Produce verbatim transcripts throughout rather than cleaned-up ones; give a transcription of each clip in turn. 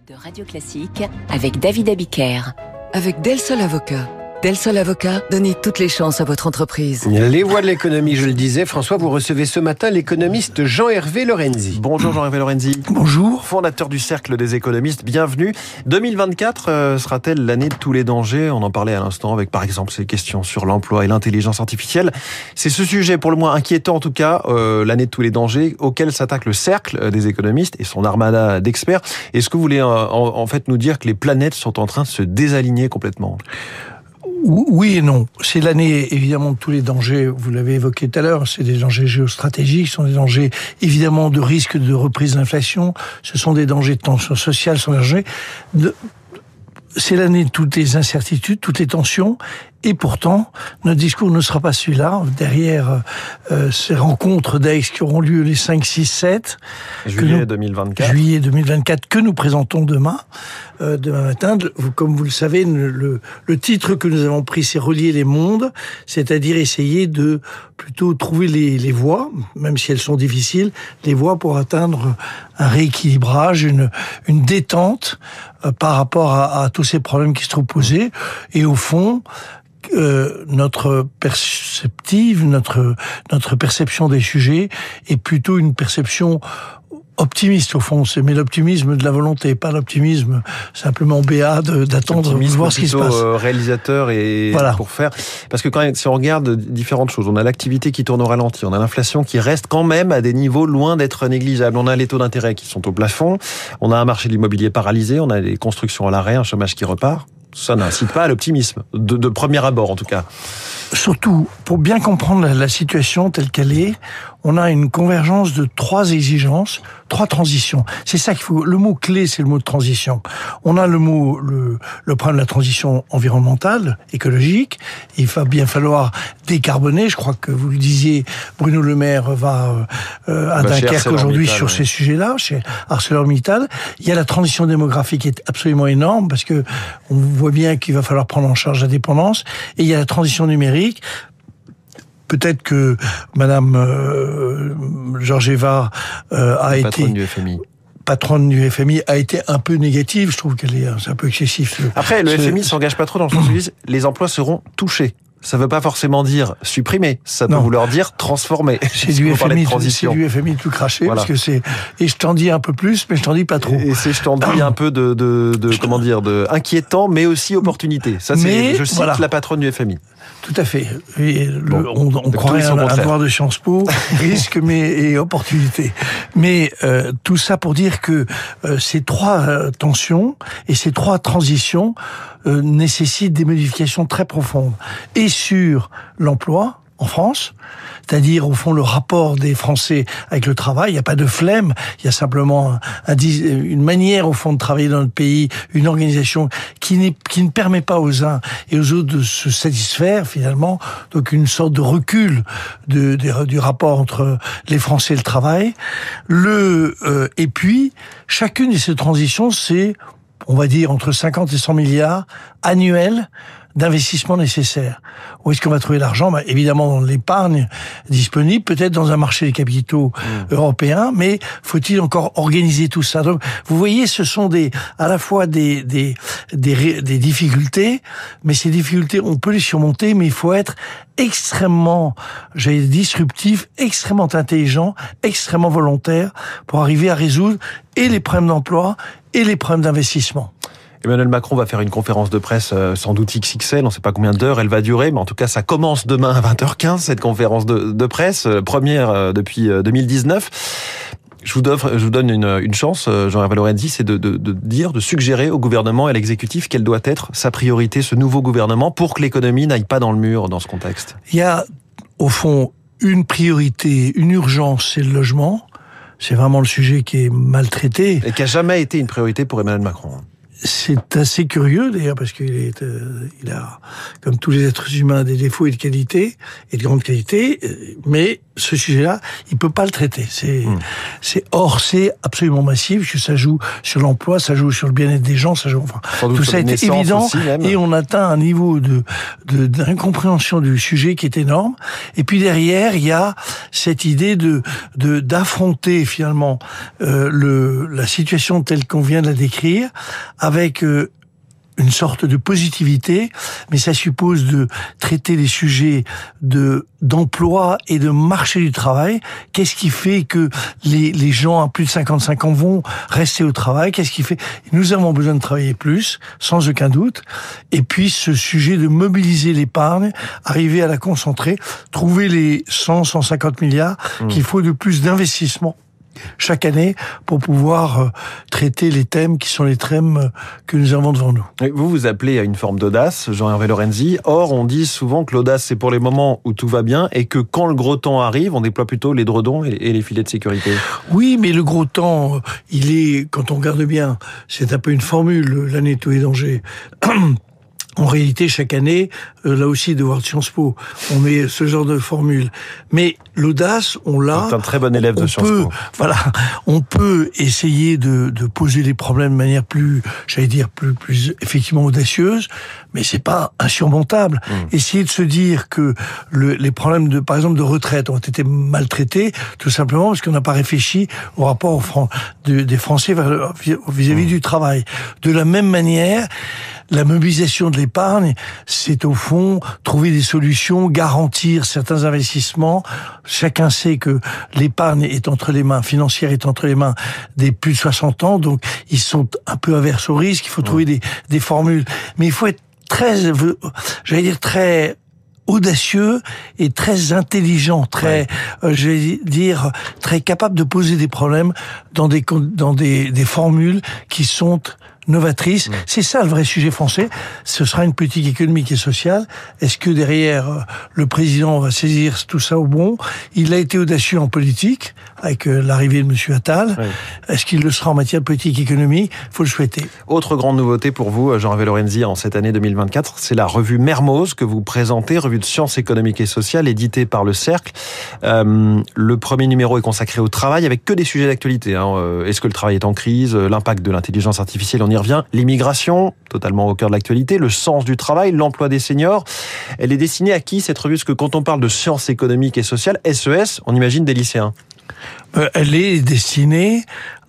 de Radio Classique avec David Abiker. Avec Del Sol Avocat. Del Sol Avocat, donnez toutes les chances à votre entreprise. Les voix de l'économie, je le disais. François, vous recevez ce matin l'économiste Jean-Hervé Lorenzi. Bonjour Jean-Hervé Lorenzi. Bonjour. Fondateur du Cercle des économistes, bienvenue. deux mille vingt-quatre euh, sera-t-elle l'année de tous les dangers ? On en parlait à l'instant avec par exemple ces questions sur l'emploi et l'intelligence artificielle. C'est ce sujet pour le moins inquiétant en tout cas, euh, l'année de tous les dangers, auquel s'attaque le Cercle des économistes et son armada d'experts. Est-ce que vous voulez euh, en, en fait nous dire que les planètes sont en train de se désaligner complètement ? Oui et non. C'est l'année, évidemment, de tous les dangers, vous l'avez évoqué tout à l'heure, c'est des dangers géostratégiques, ce sont des dangers, évidemment, de risque de reprise d'inflation, ce sont des dangers de tension sociale, ce sont des dangers de... C'est l'année de toutes les incertitudes, toutes les tensions, et pourtant, notre discours ne sera pas celui-là. Derrière euh, ces rencontres d'Aix qui auront lieu les cinq, six, sept... Juillet nous, deux mille vingt-quatre. Juillet deux mille vingt-quatre, que nous présentons demain, euh, demain matin. Vous, comme vous le savez, le, le titre que nous avons pris, c'est « Relier les mondes », c'est-à-dire essayer de plutôt trouver les, les voies, même si elles sont difficiles, les voies pour atteindre un rééquilibrage, une, une détente euh, par rapport à, à tous ces problèmes qui se trouvent posés. Et au fond, Euh, notre perceptive, notre notre perception des sujets est plutôt une perception optimiste au fond. C'est mais l'optimisme de la volonté, pas l'optimisme simplement béat de, d'attendre de voir ce qui se passe. Euh, réalisateur et voilà. Pour faire, parce que quand même, si on regarde différentes choses, on a l'activité qui tourne au ralenti, on a l'inflation qui reste quand même à des niveaux loin d'être négligeables. On a les taux d'intérêt qui sont au plafond, on a un marché de l'immobilier paralysé, on a des constructions à l'arrêt, un chômage qui repart. Ça n'incite pas à l'optimisme, de, de premier abord en tout cas. Surtout, pour bien comprendre la, la situation telle qu'elle est, on a une convergence de trois exigences, trois transitions. C'est ça qu'il faut. Le mot clé, c'est le mot de transition. On a le mot, le, le problème de la transition environnementale, écologique. Il va bien falloir décarboner. Je crois que vous le disiez, Bruno Le Maire va euh, à bah, Dunkerque aujourd'hui sur ouais. ces sujets-là, chez ArcelorMittal. Il y a la transition démographique qui est absolument énorme parce que on voit bien qu'il va falloir prendre en charge la dépendance. Et il y a la transition numérique. Peut-être que Madame euh, Georgieva euh, a été patronne du F M I. Patronne du F M I a été un peu négative. Je trouve qu'elle est c'est un peu excessif. Après, le c'est... F M I s'engage pas trop dans le sens où ils disent les emplois seront touchés. Ça veut pas forcément dire supprimer, ça peut non. vouloir dire transformer. C'est du F M I, c'est du F M I tout craché, voilà. Parce que c'est, et je t'en dis un peu plus, mais je t'en dis pas trop. Et c'est, je t'en dis un peu de, de, de comment dire, de inquiétant, mais aussi opportunité. Ça, c'est, mais, je cite voilà. la patronne du F M I. Tout à fait. Et le, bon, on on croirait un, un devoir de Sciences Po, risque mais et opportunité. Mais euh, tout ça pour dire que euh, ces trois euh, tensions et ces trois transitions euh, nécessitent des modifications très profondes. Et sur l'emploi en France, c'est-à-dire au fond le rapport des Français avec le travail, il n'y a pas de flemme, il y a simplement un, un, une manière au fond de travailler dans notre pays, une organisation qui, n'est, qui ne permet pas aux uns et aux autres de se satisfaire finalement, donc une sorte de recul de, de, du rapport entre les Français et le travail. Le, euh, et puis, chacune de ces transitions, c'est, on va dire, entre cinquante et cent milliards annuels d'investissement nécessaire. Où est-ce qu'on va trouver l'argent ? Bah, évidemment dans l'épargne disponible, peut-être dans un marché des capitaux mmh. européen, mais faut-il encore organiser tout ça ? Donc, vous voyez, ce sont des, à la fois des, des, des, des difficultés, mais ces difficultés, on peut les surmonter, mais il faut être extrêmement, j'allais dire, disruptif, extrêmement intelligent, extrêmement volontaire pour arriver à résoudre et les problèmes d'emploi et les problèmes d'investissement. Emmanuel Macron va faire une conférence de presse euh, sans doute X X L, on ne sait pas combien d'heures elle va durer, mais en tout cas ça commence demain à vingt heures quinze, cette conférence de, de presse, euh, première euh, depuis euh, deux mille dix-neuf. Je vous, offre, je vous donne une, une chance, Jean-Hervé Lorenzi, c'est de, de, de dire, de suggérer au gouvernement et à l'exécutif quelle doit être sa priorité, ce nouveau gouvernement, pour que l'économie n'aille pas dans le mur dans ce contexte. Il y a, au fond, une priorité, une urgence, c'est le logement. C'est vraiment le sujet qui est maltraité. Et qui n'a jamais été une priorité pour Emmanuel Macron. c'est assez curieux d'ailleurs parce qu'il est, euh, il a, comme tous les êtres humains, des défauts et de qualités et de grandes qualités, mais ce sujet-là, il peut pas le traiter. C'est, mmh. c'est or, c'est absolument massif, parce que ça joue sur l'emploi, ça joue sur le bien-être des gens, ça joue, enfin, tout ça est évident, aussi, et on atteint un niveau de, de, d'incompréhension du sujet qui est énorme. Et puis derrière, il y a cette idée de, de, d'affronter finalement, euh, le, la situation telle qu'on vient de la décrire, avec euh, une sorte de positivité, mais ça suppose de traiter les sujets de d'emploi et de marché du travail. Qu'est-ce qui fait que les, les gens à plus de cinquante-cinq ans vont rester au travail? Qu'est-ce qui fait? Nous avons besoin de travailler plus, sans aucun doute. Et puis ce sujet de mobiliser l'épargne, arriver à la concentrer, trouver les cent, cent cinquante milliards mmh. qu'il faut de plus d'investissement chaque année pour pouvoir euh, traiter les thèmes qui sont les thèmes euh, que nous avons devant nous. Vous vous appelez à une forme d'audace, Jean-Hervé Lorenzi. Or, on dit souvent que l'audace, c'est pour les moments où tout va bien et que quand le gros temps arrive, on déploie plutôt les dredons et les filets de sécurité. Oui, mais le gros temps, il est, quand on regarde bien, c'est un peu une formule, l'année de tous les dangers. En réalité, chaque année, euh, là aussi, de voir Sciences Po, on met ce genre de formule. Mais l'audace, on l'a. C'est un très bon élève de Sciences peut, Po. Voilà, on peut essayer de, de poser les problèmes de manière plus, j'allais dire, plus, plus effectivement audacieuse, mais c'est pas insurmontable. Mmh. Essayer de se dire que le, les problèmes de, par exemple, de retraite ont été maltraités, tout simplement parce qu'on n'a pas réfléchi au rapport aux Fran- de, des Français vers, vis-à-vis mmh. du travail. De la même manière, la mobilisation de l'épargne, c'est au fond trouver des solutions, garantir certains investissements. Chacun sait que l'épargne est entre les mains, financière est entre les mains des plus de soixante ans, donc ils sont un peu averses au risque. Il faut trouver des, des formules, mais il faut être très, j'allais dire très audacieux et très intelligent, très, ouais. euh, je vais dire, très capable de poser des problèmes dans des dans des, des formules qui sont novatrice. Mmh. C'est ça le vrai sujet français. Ce sera une politique économique et sociale. Est-ce que derrière, euh, le président va saisir tout ça au bon? Il a été audacieux en politique, avec euh, l'arrivée de M. Attal. Oui. Est-ce qu'il le sera en matière de politique économique? Il faut le souhaiter. Autre grande nouveauté pour vous, Jean-Hervé Lorenzi, en cette année deux mille vingt-quatre, c'est la revue Mermoz que vous présentez, revue de sciences économiques et sociales, éditée par Le Cercle. Euh, le premier numéro est consacré au travail, avec que des sujets d'actualité. Hein. Est-ce que le travail est en crise? L'impact de l'intelligence artificielle, on y revient. L'immigration, totalement au cœur de l'actualité. Le sens du travail, l'emploi des seniors. Elle est destinée à qui, cette revue? Parce que quand on parle de sciences économiques et sociales, S E S, on imagine des lycéens. Euh, elle est destinée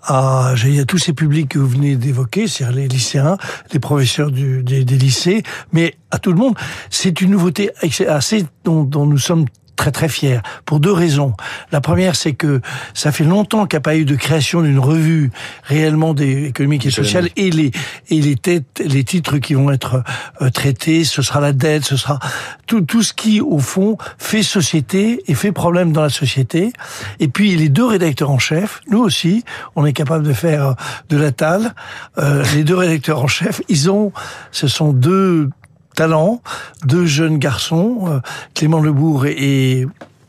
à, j'allais dire, tous ces publics que vous venez d'évoquer, c'est-à-dire les lycéens, les professeurs du, des, des lycées, mais à tout le monde. C'est une nouveauté assez dont, dont nous sommes très très fier, pour deux raisons. La première, c'est que ça fait longtemps qu'il n'y a pas eu de création d'une revue réellement des économiques et sociales, et les et les têtes, les titres qui vont être euh, traités, ce sera la dette, ce sera tout tout ce qui au fond fait société et fait problème dans la société. Et puis les deux rédacteurs en chef, nous aussi, on est capable de faire de la tale. Euh, les deux rédacteurs en chef, ils ont, ce sont deux talents, deux jeunes garçons, euh, Clément Lebourg et, et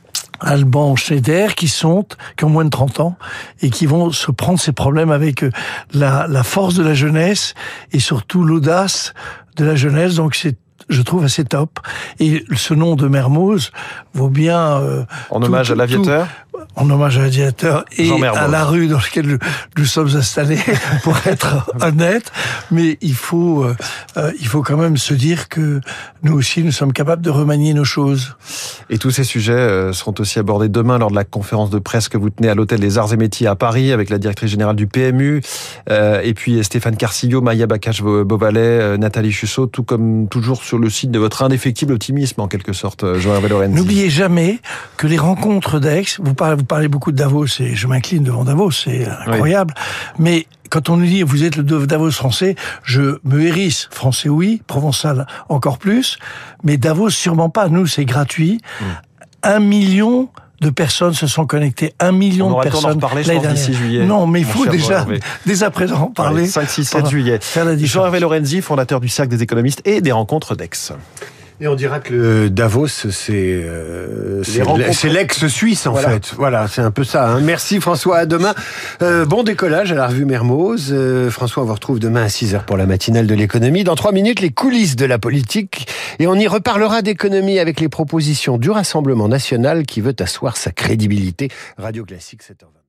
Alban Schneider, qui sont, qui ont moins de trente ans, et qui vont se prendre ces problèmes avec la, la force de la jeunesse, et surtout l'audace de la jeunesse, donc c'est, je trouve, assez top. Et ce nom de Mermoz vaut bien... Euh, en tout, hommage tout, à l'aviateur tout, en hommage à l'aviateur et à la rue dans laquelle nous, nous sommes installés, pour être honnête. Mais il faut, euh, il faut quand même se dire que nous aussi, nous sommes capables de remanier nos choses. Et tous ces sujets euh, seront aussi abordés demain lors de la conférence de presse que vous tenez à l'Hôtel des Arts et Métiers à Paris, avec la directrice générale du P M U, euh, et puis Stéphane Carcillo, Maya Bakache-Beauvalet, euh, Nathalie Chussot, tout comme toujours sur le site de votre indéfectible optimisme, en quelque sorte, Jean-Hervé Lorenzi. N'oubliez jamais que les rencontres d'Aix, vous parlez, vous parlez beaucoup de Davos, et je m'incline devant Davos, c'est incroyable, oui. Mais quand on nous dit vous êtes le Davos français, je me hérisse. Français oui, provençal encore plus, mais Davos sûrement pas. Nous c'est gratuit. Mmh. Un million de personnes se sont connectées. Un million on de personnes. On aura le temps d'en reparler d'ici juillet. Non, mais il faut déjà, dès à présent, en parler. cinq, six, sept juillet. Jean-Hervé Lorenzi, fondateur du Cercle des économistes et des rencontres d'Aix. Et on dira que le Davos, c'est euh, c'est l'ex-Suisse en voilà. fait. Voilà, c'est un peu ça. Hein. Merci François, à demain. Euh, bon décollage à la revue Mermoz. Euh, François, on vous retrouve demain à six heures pour la matinale de l'économie. Dans trois minutes, les coulisses de la politique. Et on y reparlera d'économie avec les propositions du Rassemblement national qui veut asseoir sa crédibilité. Radio Classique, sept heures vingt.